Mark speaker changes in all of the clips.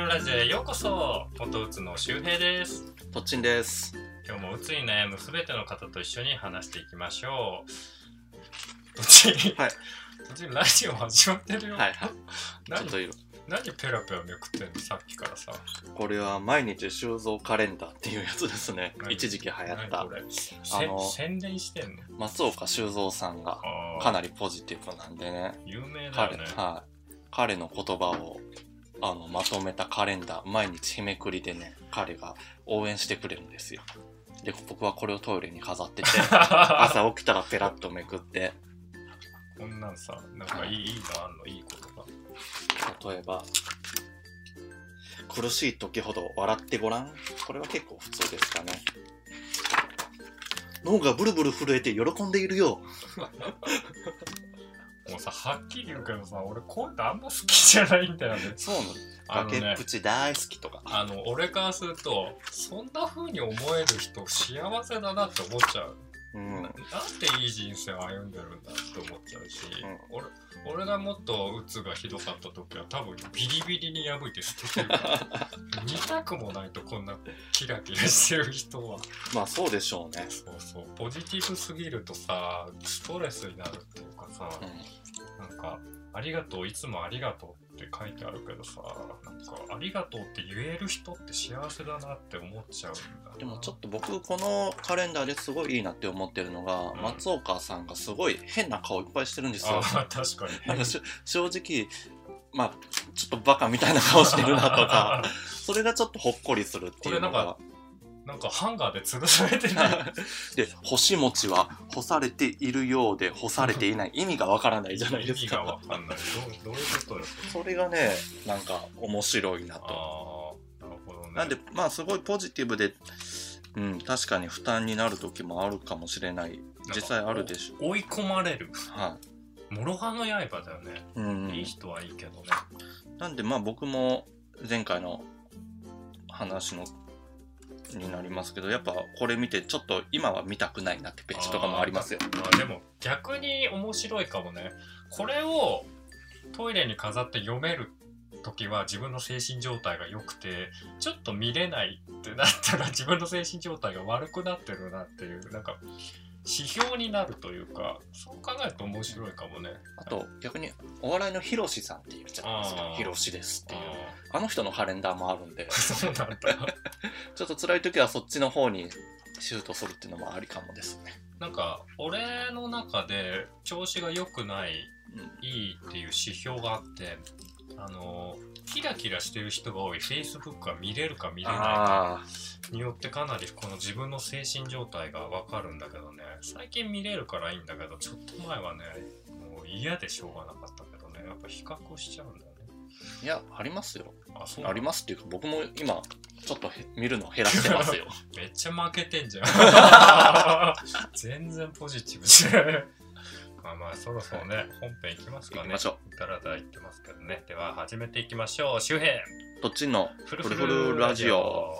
Speaker 1: ルラジオへようこそ。元うつの周平です。
Speaker 2: とっちんです。
Speaker 1: 今日もうつに悩むすべての方と一緒に話していきましょう。とっちん、
Speaker 2: はい。
Speaker 1: とっちんラジオ始まってるよ。
Speaker 2: はいはい。ちょっと
Speaker 1: 何ペラペラめくってんの、さっきからさ。
Speaker 2: これは毎日修造カレンダーっていうやつですね。一時期流行った
Speaker 1: これ宣伝してんの。
Speaker 2: 松岡修造さんがかなりポジティブなんでね。
Speaker 1: 有名だよね。
Speaker 2: 彼の言葉をまとめたカレンダー、毎日日めくりでね、彼が応援してくれるんですよ。で、僕はこれをトイレに飾ってて朝起きたらペラッとめくって。
Speaker 1: こんなんさ、なんかいいのあんの、いい言葉。
Speaker 2: 例えば、苦しい時ほど笑ってごらん。これは結構普通ですかね。脳がブルブル震えて喜んでいるよ。
Speaker 1: もうさ、はっきり言うけどさ、俺こういうのあんま好きじゃないんだよね。
Speaker 2: そうなの。崖っぷち大好きとか。
Speaker 1: 俺からすると、そんな風に思える人幸せだなって思っちゃう。なんていい人生を歩んでるんだって思っちゃうし、俺がもっとうつがひどかった時は多分ビリビリに破いて捨ててるから見たくもないと、こんなキラキラしてる人は。
Speaker 2: まあそうでしょうね。
Speaker 1: そうポジティブすぎるとさ、ストレスになるっていうかさ、なんかありがとう、いつもありがとうって書いてあるけどさ、なんかありがとうって言える人って幸せだなって思っちゃうんだな。
Speaker 2: でもちょっと僕このカレンダーですごいいいなって思ってるのが、松岡さんがすごい変な顔いっぱいしてるんですよ。
Speaker 1: 確かに。
Speaker 2: 正直まあちょっとバカみたいな顔してるなとかそれがちょっとほっこりするっていうのが。
Speaker 1: なんかハンガーで吊るされてる
Speaker 2: で、干し餅は干されているようで干されていない。意味がわからないじゃないですか。
Speaker 1: 意味がわかんない。どういうことですか。
Speaker 2: それがね、なんか面白いなと。
Speaker 1: なるほどね。
Speaker 2: なんでまあすごいポジティブで、確かに負担になる時もあるかもしれない。実際あるでしょ。
Speaker 1: 追い込まれる。
Speaker 2: はい。
Speaker 1: 諸刃の刃だよね。いい人はいいけどね。
Speaker 2: なんでまあ僕も前回の話のになりますけど、やっぱこれ見てちょっと今は見たくないなってページとかもありますよ。
Speaker 1: でも逆に面白いかもね。これをトイレに飾って読める時は自分の精神状態が良くて、ちょっと見れないってなったら自分の精神状態が悪くなってるなっていう、なんか指標になるというか、そう考えると面白いかもね。
Speaker 2: あと逆にお笑いのヒロシさんっていうじゃないですか。ヒロシですっていうあの人のカレンダーもあるんで
Speaker 1: そうなんだ
Speaker 2: ちょっと辛い時はそっちの方にシュートするっていうのもありかもですね。
Speaker 1: なんか俺の中で調子が良くない、いいっていう指標があって、キラキラしてる人が多い Facebook が見れるか見れないかによってかなりこの自分の精神状態が分かるんだけどね。最近見れるからいいんだけど、ちょっと前はね、もう嫌でしょうがなかったけどね、やっぱ比較しちゃうんだよね。
Speaker 2: いや、ありますよ。
Speaker 1: あり
Speaker 2: ますっていうか、僕も今ちょっと見るの減らしてますよ
Speaker 1: めっちゃ負けてんじゃん全然ポジティブじゃんまあそろそろね、本編いきますかね。
Speaker 2: 行きましょ
Speaker 1: う。だらだら言ってますけどね。では始めていきましょう。周平
Speaker 2: どっちの
Speaker 1: フル
Speaker 2: フルラジオ。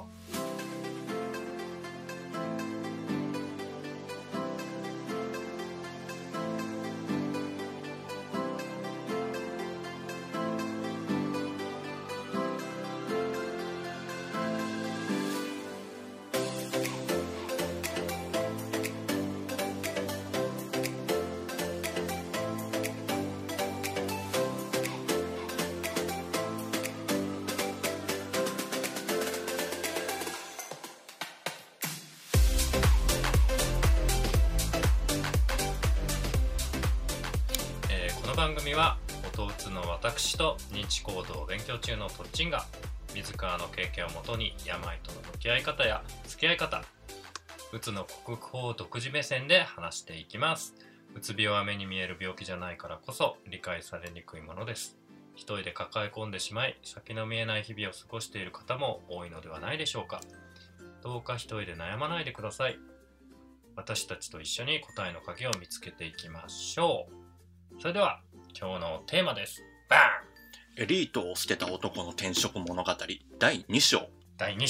Speaker 1: この番組は元うつの私と認知行動を勉強中のとっちんが自らの経験をもとに病との向き合い方や付き合い方、うつの克服法を独自目線で話していきます。うつ病は目に見える病気じゃないからこそ理解されにくいものです。一人で抱え込んでしまい、先の見えない日々を過ごしている方も多いのではないでしょうか。どうか一人で悩まないでください。私たちと一緒に答えの鍵を見つけていきましょう。それでは今日のテーマです。バーン。
Speaker 2: エリートを捨てた男の転職物語第2章。
Speaker 1: 第2章。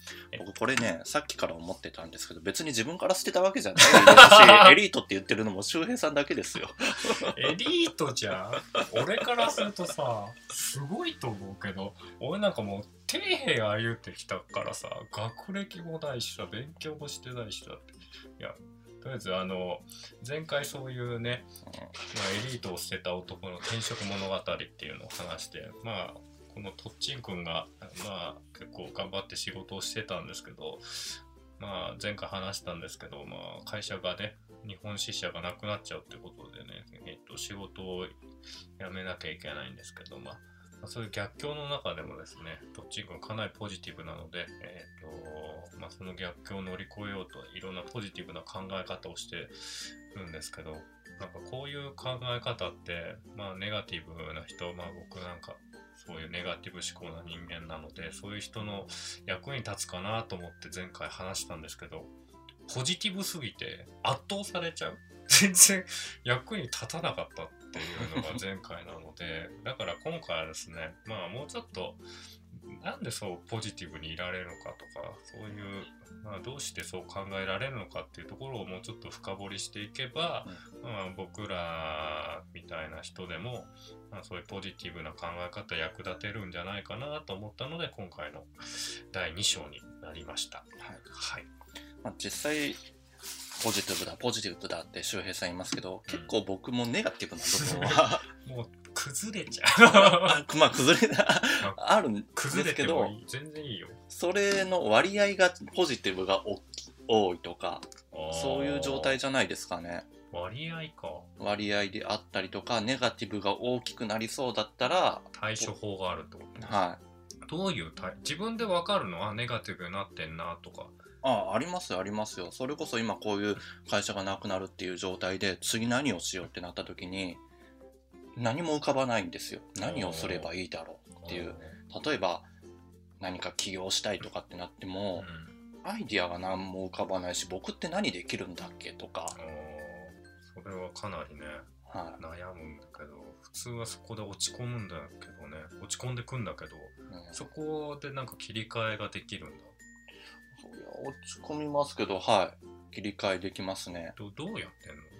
Speaker 2: 僕これね、さっきから思ってたんですけど、別に自分から捨てたわけじゃないですし、エリートって言ってるのも周平さんだけですよ。
Speaker 1: エリートじゃん。俺からするとさ、すごいと思うけど、俺なんかもう底辺歩ってきたからさ、学歴もないしさ、勉強もしてないしさって。いや、とりあえず前回そういうね、エリートを捨てた男の転職物語っていうのを話して、このとっちんくんが、結構頑張って仕事をしてたんですけど、前回話したんですけど、会社がね、日本支社がなくなっちゃうってことでね、仕事を辞めなきゃいけないんですけど、そういう逆境の中でもですね、とっちんくんかなりポジティブなので、その逆境を乗り越えようといろんなポジティブな考え方をしてるんですけど、なんかこういう考え方って、ネガティブな人、僕なんかそういうネガティブ思考な人間なので、そういう人の役に立つかなと思って前回話したんですけど、ポジティブすぎて圧倒されちゃう。全然役に立たなかったっていうのが前回なので、だから今回はですね、もうちょっとなんでそうポジティブにいられるのかとか、そういう、どうしてそう考えられるのかっていうところをもうちょっと深掘りしていけば、僕らみたいな人でも、そういうポジティブな考え方役立てるんじゃないかなと思ったので、今回の第2章になりました。はい。
Speaker 2: 実際ポジティブだって周平さん言いますけど、結構僕もネガティブな部分は
Speaker 1: もう崩れちゃう
Speaker 2: 崩れあるんですけど、
Speaker 1: 全然いいよ。
Speaker 2: それの割合がポジティブが多いとか、そういう状態じゃないですかね。
Speaker 1: 割合か。
Speaker 2: 割合であったりとか、ネガティブが大きくなりそうだったら
Speaker 1: 対処法があるってことですか。
Speaker 2: はい。
Speaker 1: どういう自分で分かるのはネガティブになってんなとか。
Speaker 2: ありますよ。それこそ今こういう会社がなくなるっていう状態で、次何をしようってなった時に何も浮かばないんですよ。何をすればいいだろうっていう。例えば何か起業したいとかってなっても、アイディアが何も浮かばないし、僕って何できるんだっけとか。
Speaker 1: それはかなりね、悩むんだけど、普通はそこで落ち込むんだけどね、落ち込んでくんだけど、そこでなんか切り替えができるんだ。
Speaker 2: 落ち込みますけど、はい、切り替えできますね。
Speaker 1: どうやってんの？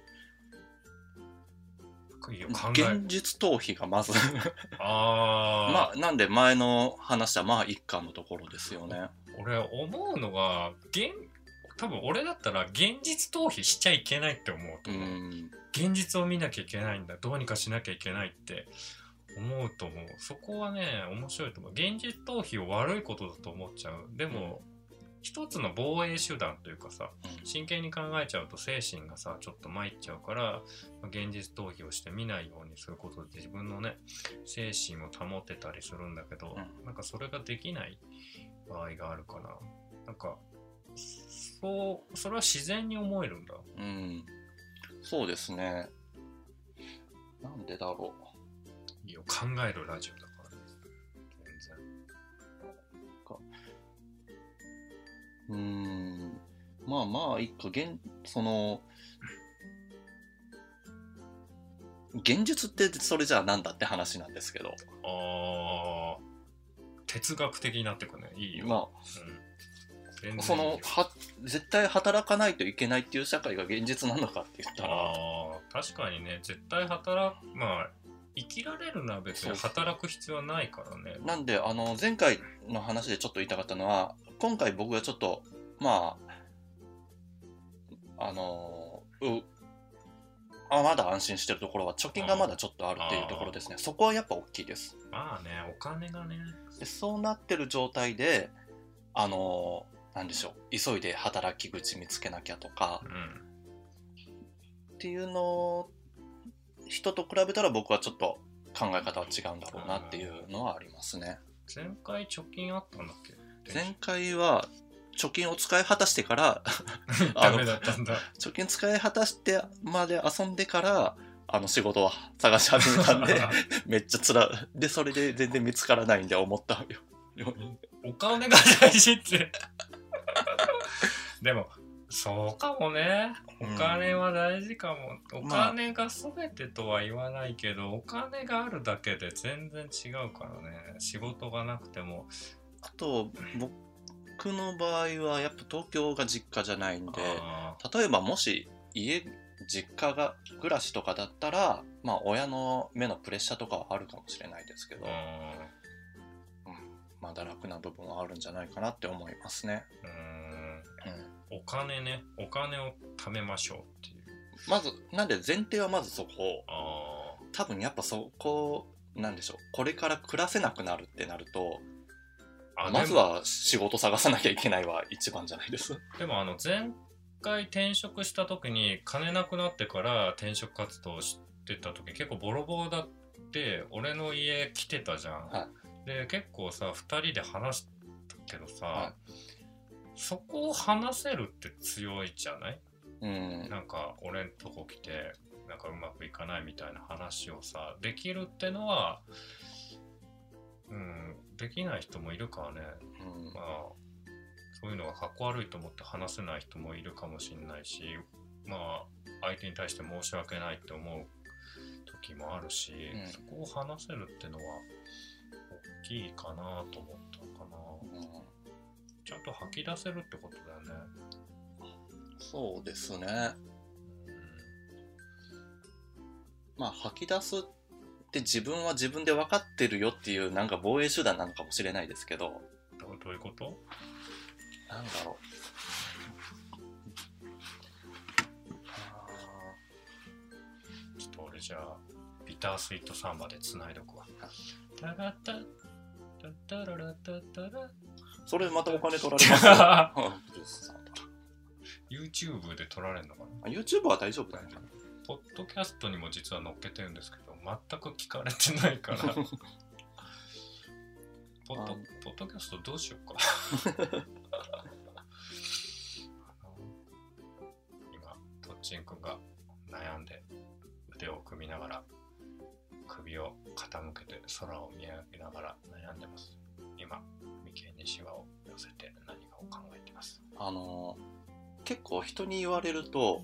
Speaker 2: 現実逃避がまずなんで前の話は一家のところですよね。
Speaker 1: 俺思うのが、多分俺だったら現実逃避しちゃいけないって思うと思う。現実を見なきゃいけないんだ、どうにかしなきゃいけないって思うと思う。そこはね、面白いと思う。現実逃避を悪いことだと思っちゃう。でも、一つの防衛手段というかさ、真剣に考えちゃうと精神がさ、ちょっと参っちゃうから、現実逃避をして見ないようにすることで自分のね、精神を保てたりするんだけど、なんかそれができない場合があるかな。なんか、それは自然に思えるんだ。
Speaker 2: そうですね。なんでだろ
Speaker 1: う。いいよ、考えるラジオだからね。全然。
Speaker 2: 現実ってそれじゃあなんだって話なんですけど。
Speaker 1: 哲学的になってくね。いいよ。
Speaker 2: 絶対働かないといけないっていう社会が現実なのかって言ったら。
Speaker 1: 確かにね、絶対生きられるのは別に働く必要はないからね。
Speaker 2: なんで前回の話でちょっと言いたかったのは、今回僕がちょっとまだ安心してるところは貯金がまだちょっとあるっていうところですね。そこはやっぱ大きいです。
Speaker 1: お金がね。
Speaker 2: でそうなってる状態でなんでしょう、急いで働き口見つけなきゃとか、っていうの人と比べたら僕はちょっと考え方は違うんだろうなっていうのはありますね。
Speaker 1: 前回貯金あったんだっけ？
Speaker 2: 前回は貯金を使い果たしてから
Speaker 1: ダメだったんだ。
Speaker 2: 貯金使い果たしてまで遊んでから仕事を探し始めたんでめっちゃでそれで全然見つからないんで思ったよ。
Speaker 1: お金が大事ってでもそうかもね。お金は大事かも。お金が全てとは言わないけど、お金があるだけで全然違うからね。仕事がなくても。
Speaker 2: あと僕の場合はやっぱ東京が実家じゃないんで、
Speaker 1: あ
Speaker 2: 例えばもし実家が暮らしとかだったら、まあ親の目のプレッシャーとかはあるかもしれないですけど、まだ楽な部分はあるんじゃないかなって思いますね。
Speaker 1: お金ね、お金を貯めましょうっていう。
Speaker 2: まずなんで前提はまずそこ。多分やっぱそこなんでしょう。これから暮らせなくなるってなると、まずは仕事探さなきゃいけないは一番じゃないです。
Speaker 1: でも前回転職した時に金なくなってから転職活動してた時結構ボロボロだって俺の家来てたじゃん。
Speaker 2: はい、
Speaker 1: で結構さ2人で話したけどさ、
Speaker 2: はい、
Speaker 1: そこを話せるって強いじゃない？なんか俺んとこ来てなんかうまくいかないみたいな話をさできるってのは、できない人もいるからね、まあそういうのがかっこ悪いと思って話せない人もいるかもしれないし、まあ相手に対して申し訳ないって思う時もあるし、そこを話せるってのは大きいかなと思ったかな、ちゃんと吐き出せるってことだよね。
Speaker 2: そうですね。まあ吐き出すって自分は自分で分かってるよっていうなんか防衛手段なのかもしれないですけど。
Speaker 1: どういうこと？
Speaker 2: なんだろう。
Speaker 1: ちょっと俺じゃあビタースイートサンバで繋いどくわ。タラタタタララタタラ。
Speaker 2: それまたお金取られますよ。
Speaker 1: YouTube で撮られるのかな？
Speaker 2: YouTube は大丈夫だよね。
Speaker 1: ポッドキャストにも実は載っけてるんですけど全く聞かれてないからポッドキャストどうしようか今とっちんくんが悩んで腕を組みながら首を傾けて空を見上げながら悩んでます。今眉間にシワを寄せて何かを考えてます。
Speaker 2: 結構人に言われると、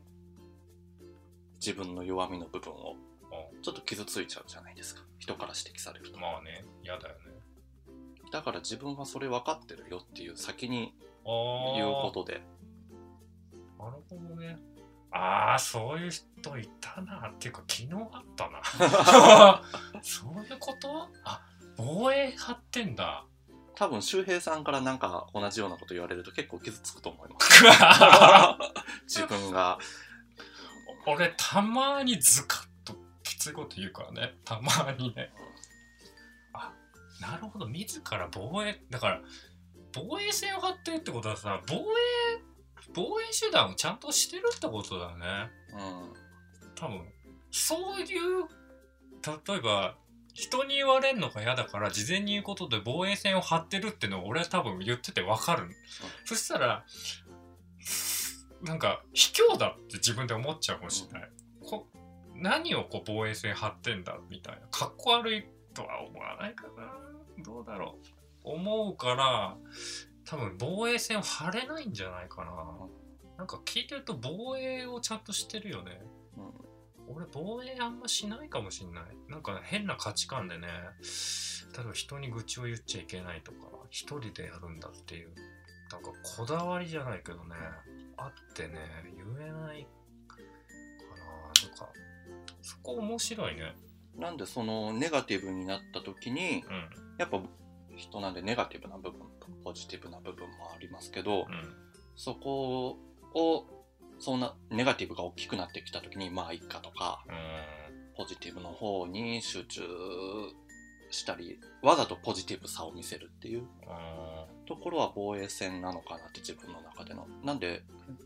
Speaker 2: 自分の弱みの部分をちょっと傷ついちゃうじゃないですか。人から指摘されると。
Speaker 1: まあね、嫌だよね。
Speaker 2: だから自分はそれ分かってるよっていう先に言うことで。
Speaker 1: なるほどね。そういう人いたなっていうか昨日あったなそういうこと？防衛張ってんだ。
Speaker 2: 多分周平さんからなんか同じようなこと言われると結構傷つくと思います自分が。
Speaker 1: 俺たまにズカッときついこと言うからね、たまにね。なるほど、自ら防衛だから防衛線を張ってるってことはさ、防衛手段をちゃんとしてるってことだよね。多分そういう例えば人に言われるのが嫌だから事前に言うことで防衛線を張ってるってのを俺は多分言ってて分かる、そしたらなんか卑怯だって自分で思っちゃうかもしれない、何を防衛線張ってんだみたいな、かっこ悪いとは思わないかな、どうだろう、思うから多分防衛線を張れないんじゃないかな。なんか聞いてると防衛をちゃんとしてるよね。俺防衛あんましないかもしんない。なんか変な価値観でね、例えば人に愚痴を言っちゃいけないとか、一人でやるんだっていう、なんかこだわりじゃないけどね、あってね、言えないかな。なんかそこ面白いね。
Speaker 2: なんでそのネガティブになった時に、やっぱ人なんでネガティブな部分とポジティブな部分もありますけど、そこをそんなネガティブが大きくなってきた時にまあいっかとか、ポジティブの方に集中したり、わざとポジティブさを見せるっていうところは防衛線なのかなって自分の中での。なんで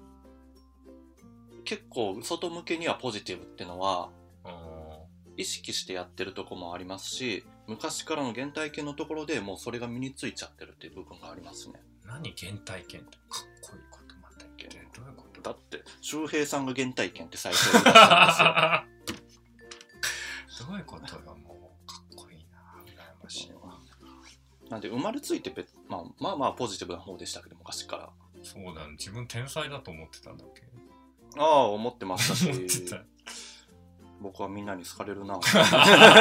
Speaker 2: 結構外向けにはポジティブってのは意識してやってるとこもありますし、昔からの原体験のところでもうそれが身についちゃってるっていう部分がありますね。
Speaker 1: 何原体験ってかっこいいことまた言って、どういうこと？
Speaker 2: だって周平さんが原体験って最初に言い出したん
Speaker 1: ですよどういうことがもうかっこいいな、羨ましいわ。
Speaker 2: なんで生まれついてまあポジティブな方でしたけど、昔から。
Speaker 1: そうだね、自分天才だと思ってたんだっけ？
Speaker 2: 思ってましたし僕はみんなに好かれるな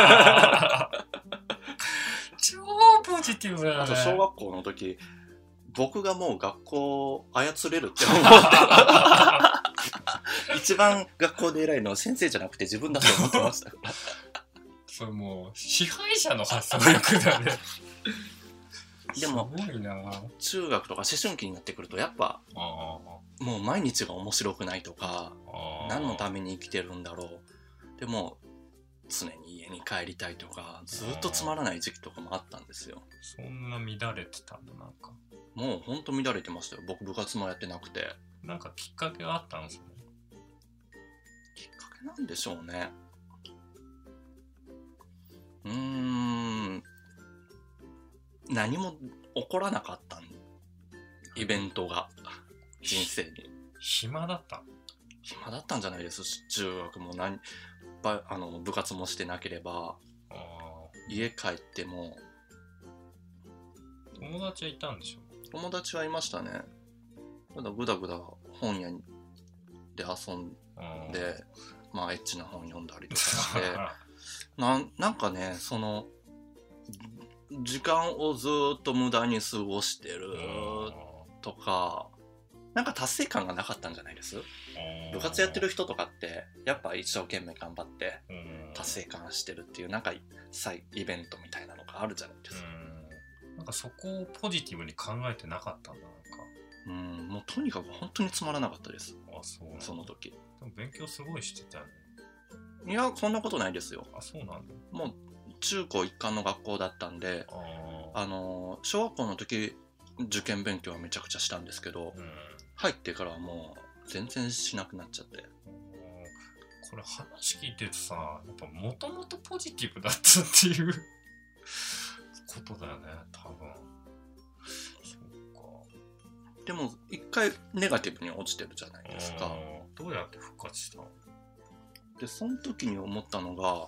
Speaker 1: 超ポジティブだね。
Speaker 2: あと小学校の時僕がもう学校を操れるって思って一番学校で偉いのは先生じゃなくて自分だと思ってましたから
Speaker 1: それもう支配者の発想力だね
Speaker 2: でも
Speaker 1: すごいな。
Speaker 2: 中学とか思春期になってくるとやっぱもう毎日が面白くないとか何のために生きてるんだろうでも常に家に帰りたいとかずっとつまらない時期とかもあったんですよ。
Speaker 1: そんな乱れてたんだ。なんか
Speaker 2: もうほんと乱れてましたよ。僕部活もやってなくて。
Speaker 1: なんかきっかけがあったんですね。
Speaker 2: きっかけなんでしょうね。何も起こらなかったイベントが人生に。
Speaker 1: 暇だった。
Speaker 2: 暇だったんじゃないですし、中学も部活もしてなければ家帰っても。
Speaker 1: 友達はいたんでしょ。
Speaker 2: 友達はいましたね。ただぐだぐだ本屋で遊んでまあエッチな本読んだりとかしてなんかねその時間をずっと無駄に過ごしてるとかなんか達成感がなかったんじゃないです？部活やってる人とかってやっぱ一生懸命頑張って達成感してるっていうなんかイベントみたいなのがあるじゃないですか。
Speaker 1: なんかそこをポジティブに考えてなかったんだ。なんか
Speaker 2: もうとにかく本当につまらなかったです。
Speaker 1: そうなんだ。
Speaker 2: その時
Speaker 1: でも勉強すごいしてたよね。
Speaker 2: いやそんなことないですよ。
Speaker 1: そうなんだ。
Speaker 2: もう中高一貫の学校だったんで小学校の時受験勉強はめちゃくちゃしたんですけど、入ってからはもう全然しなくなっちゃって。
Speaker 1: これ話聞いてるとさやっぱもともとポジティブだったっていうことだよね多分。そうか。
Speaker 2: でも一回ネガティブに落ちてるじゃないですか。
Speaker 1: どうやって復活したの？
Speaker 2: でその時に思ったのが、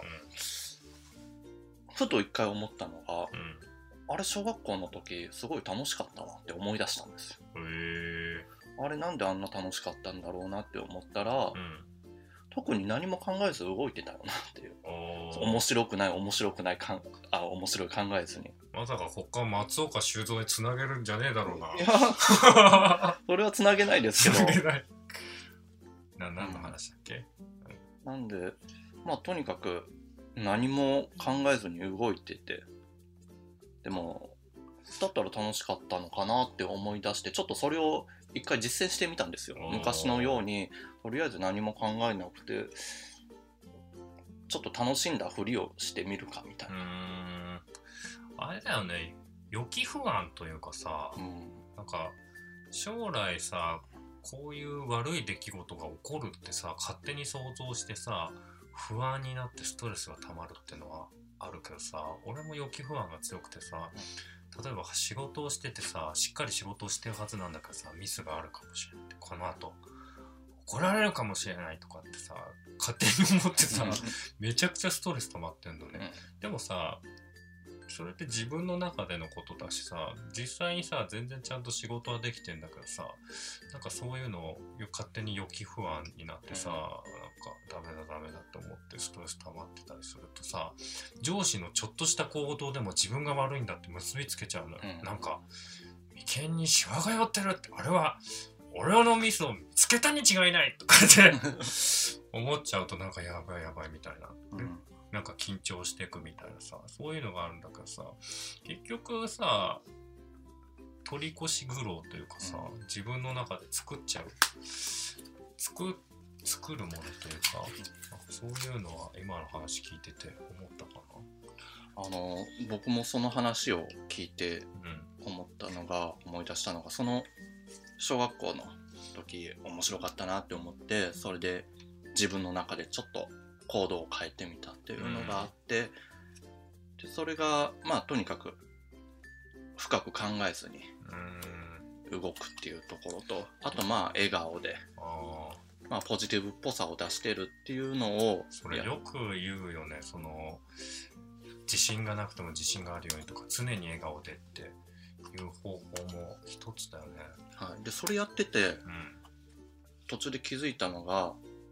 Speaker 2: ふと一回思ったのが、あれ小学校の時すごい楽しかったなって思い出したんですよ。あれなんであんな楽しかったんだろうなって思ったら、特に何も考えず動いてたよなっていう。面白くない面白い考えずに。まさか
Speaker 1: こっから松岡修造につなげるんじゃねえだろうな。
Speaker 2: いやそれはつなげないですけど。
Speaker 1: つなげない。何の話だっけ？
Speaker 2: なんでまあとにかく何も考えずに動いてて、でもだったら楽しかったのかなって思い出して、ちょっとそれを一回実践してみたんですよ。昔のようにとりあえず何も考えなくてちょっと楽しんだふりをしてみるかみたいな。
Speaker 1: あれだよね、予期不安というかさ、なんか将来さこういう悪い出来事が起こるってさ勝手に想像してさ不安になってストレスが溜まるってのはあるけどさ、俺も予期不安が強くてさ、例えば仕事をしててさしっかり仕事をしてるはずなんだけどさミスがあるかもしれないって、この後怒られるかもしれないとかってさ勝手に思ってさめちゃくちゃストレス溜まってんのね。でもさそれって自分の中でのことだしさ、実際にさ全然ちゃんと仕事はできてんだけどさ、なんかそういうのを勝手に予期不安になってさ、なんかダメだって思ってストレス溜まってたりするとさ、上司のちょっとした行動でも自分が悪いんだって結びつけちゃうのよ。なんか眉間にシワが寄ってるって、あれは俺のミスを見つけたに違いないとかって思っちゃうとなんかやばいみたいな、なんか緊張していくみたいなさ、そういうのがあるんだけどさ、結局さ取り越し苦労というかさ、自分の中で作っちゃう作るものというか、そういうのは今の話聞いてて思ったか
Speaker 2: な。僕もその話を聞いて思い出したのが、その小学校の時面白かったなって思って、それで自分の中でちょっと行動を変えてみたっていうのがあって、でそれがまあとにかく深く考えずに動くっていうところと、あとまあ笑顔でまあポジティブっぽさを出してるっていうのを、
Speaker 1: それよく言うよね。その自信がなくても自信があるようにとか、常に笑顔でっていう方法も一つだよね。
Speaker 2: はい。でそれやってて、途中で気づいたのが、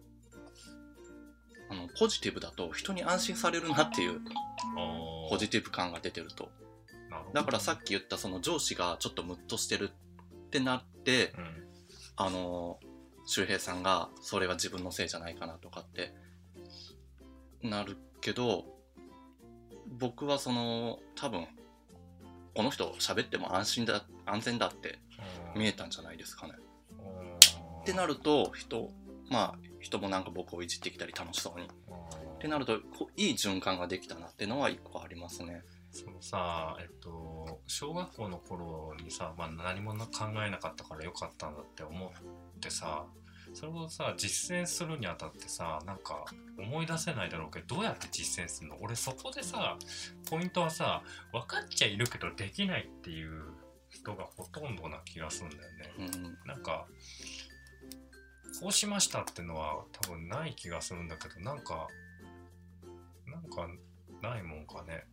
Speaker 2: ポジティブだと人に安心されるなっていうポジティブ感が出てると。だからさっき言ったその上司がちょっとムッとしてるってなって、
Speaker 1: うん、
Speaker 2: 周平さんがそれは自分のせいじゃないかなとかってなるけど、僕は多分この人喋っても安全だって見えたんじゃないですかね。ってなると人もなんか僕をいじってきたり楽しそうにってなるといい循環ができたなっていうのは一個ありますね。
Speaker 1: そのさ、小学校の頃にさ、何も考えなかったからよかったんだって思ってさ、それをさ実践するにあたってさ、なんか思い出せないだろうけど、どうやって実践するの？俺そこでさ、ポイントはさ、分かっちゃいるけどできないっていう人がほとんどな気がするんだよね。なんかこうしましたってのは多分ない気がするんだけど、なんかないもんかね。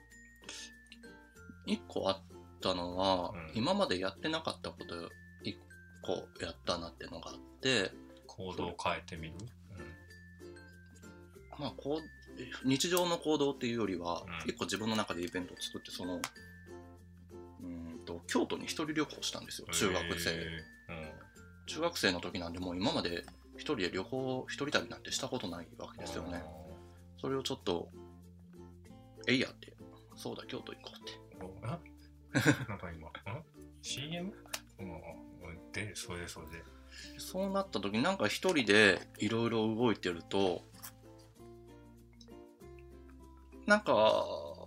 Speaker 2: 一個あったのは、今までやってなかったこと一個やったなってのがあって、
Speaker 1: 行動を変えてみる、
Speaker 2: 日常の行動っていうよりは、一個自分の中でイベントを作って京都に一人旅行したんですよ。中学生の時なんで、もう今まで一人で一人旅なんてしたことないわけですよね。それをちょっといやって、そうだ京都行こうって。
Speaker 1: なんか今CM？ でそれで
Speaker 2: そうなった時になんか一人でいろいろ動いてると、なんか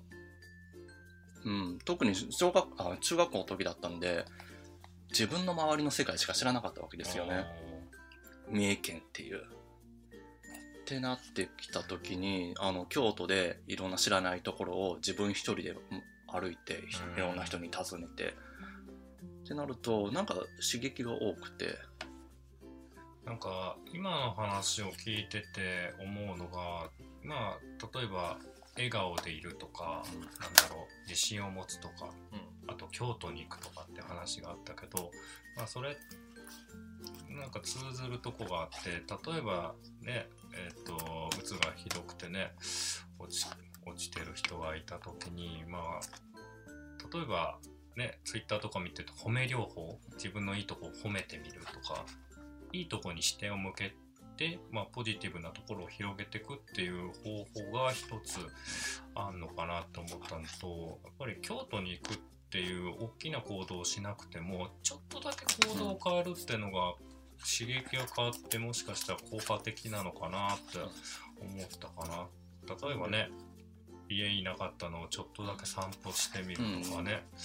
Speaker 2: 特に中学校の時だったんで、自分の周りの世界しか知らなかったわけですよね。三重県っていうってなってきた時に、京都でいろんな知らないところを自分一人で歩いていろんな人に尋ねてってなると、なんか刺激が多くて、
Speaker 1: なんか今の話を聞いてて思うのが、例えば笑顔でいるとか、自信を持つとか、あと京都に行くとかって話があったけど、それなんか通ずるとこがあって、例えばね、うつがひどくてね、落ちてる人がいた時に、例えばね、ツイッターとか見てると褒め療法、自分のいいとこを褒めてみるとか、いいとこに視点を向けて、ポジティブなところを広げていくっていう方法が一つあんのかなと思ったのと、やっぱり京都に行くっていう大きな行動をしなくても、ちょっとだけ行動を変えるっていうのが、刺激が変わってもしかしたら効果的なのかなって思ったかな。例えばね、家にいなかったのをちょっとだけ散歩してみるとかね、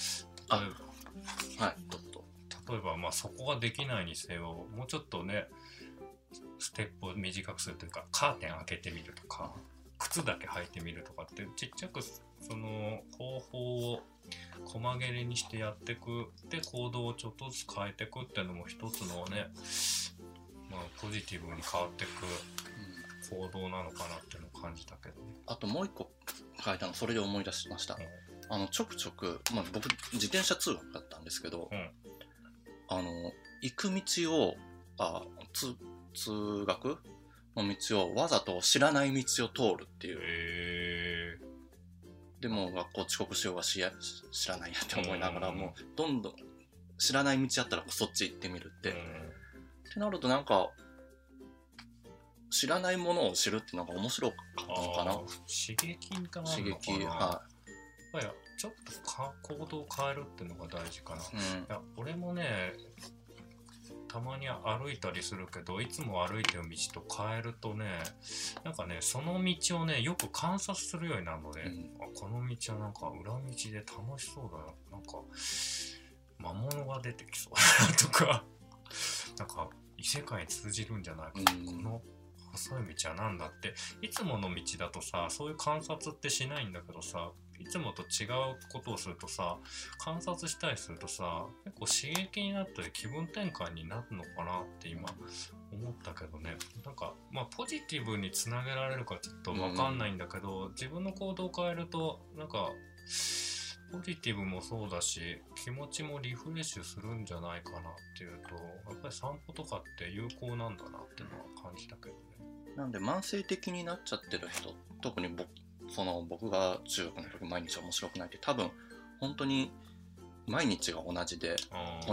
Speaker 1: 例えばそこができないにせよ、もうちょっとねステップを短くするというか、カーテン開けてみるとか、靴だけ履いてみるとかってちっちゃくその方法を細切れにしてやっていく、で行動をちょっとずつ変えていくっていうのも一つのね、ポジティブに変わっていく行動なのかなっていうのを感じたけどね。
Speaker 2: あともう一個書いたの、それで思い出しました。ちょくちょく、僕自転車通学だったんですけど、行く道を通学の道をわざと知らない道を通るっていう。でも学校遅刻しようが知らないやって思いながらも、どんどん知らない道あったらそっち行ってみるって。ってなると、なんか知らないものを知るってなんか面白かったのかな。
Speaker 1: 刺激があるのかな。刺激、やっぱりちょっと行動を変えるっていうのが大事かな。いや俺もね、たまに歩いたりするけど、いつも歩いてる道と変えるとね、なんかね、その道をねよく観察するようになるので、この道はなんか裏道で楽しそうだな、なんか魔物が出てきそうだなとか、なんか異世界に通じるんじゃないか、この細い道はなんだって。いつもの道だとさ、そういう観察ってしないんだけどさ、いつもと違うことをするとさ、観察したりするとさ、結構刺激になったり気分転換になるのかなって今思ったけどね。なんかポジティブにつなげられるかちょっと分かんないんだけど、自分の行動を変えるとなんかポジティブもそうだし、気持ちもリフレッシュするんじゃないかなっていうと、やっぱり散歩とかって有効なんだなっていうのは感じたけどね。
Speaker 2: なんで慢性的になっちゃってる人、特に僕が中学の時毎日面白くないって、多分本当に毎日が同じで、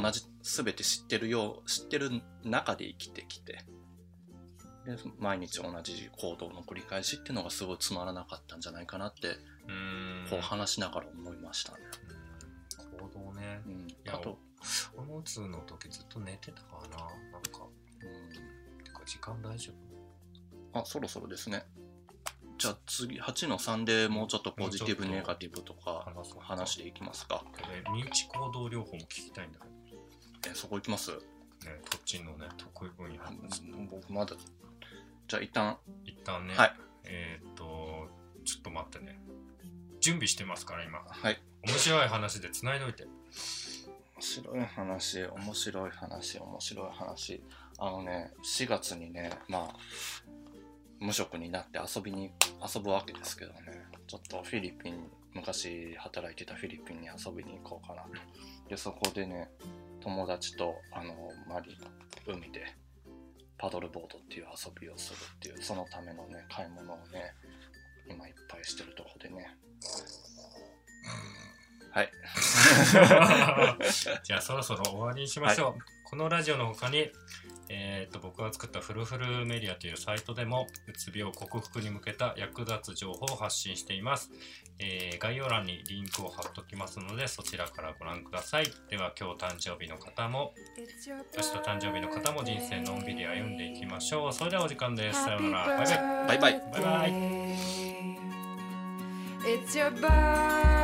Speaker 2: 全て知ってる中で生きてきて、で毎日同じ行動の繰り返しっていうのがすごいつまらなかったんじゃないかなってこう話しながら思いましたね。
Speaker 1: 行動ね。いや、俺もうつの時ずっと寝てたからな。なんか、てか時間大丈
Speaker 2: 夫？あ、そろそろですね。じゃあ次8の3でもうちょっとポジティブネガティブとか話していきますか。
Speaker 1: 認知行動療法も聞きたいんだけど。
Speaker 2: そこ行きます？ね、
Speaker 1: こっちのね得意分野。
Speaker 2: 僕まだ。じゃあ一旦
Speaker 1: ね。
Speaker 2: はい。
Speaker 1: ちょっと待ってね。準備してますから今。
Speaker 2: はい。
Speaker 1: 面白い話で繋いでおいて。
Speaker 2: 面白い話。4月にね、まあ無職になって遊ぶわけですけどね、ちょっとフィリピン、昔働いてたフィリピンに遊びに行こうかなと。でそこでね、友達とマリの海でパドルボードっていう遊びをするっていう、そのためのね買い物をね今いっぱいしてるとこでね。はい。
Speaker 1: じゃあそろそろ終わりにしましょう。はい、このラジオの他に、僕が作ったフルフルメディアというサイトでもうつ病克服に向けた役立つ情報を発信しています。概要欄にリンクを貼っておきますので、そちらからご覧ください。では今日誕生日の方も明日誕生日の方も人生のんびり歩んでいきましょう。それではお時間です。さようなら。バイバイ。
Speaker 2: バイバイ。
Speaker 1: バイバイ。
Speaker 3: It's your birthday.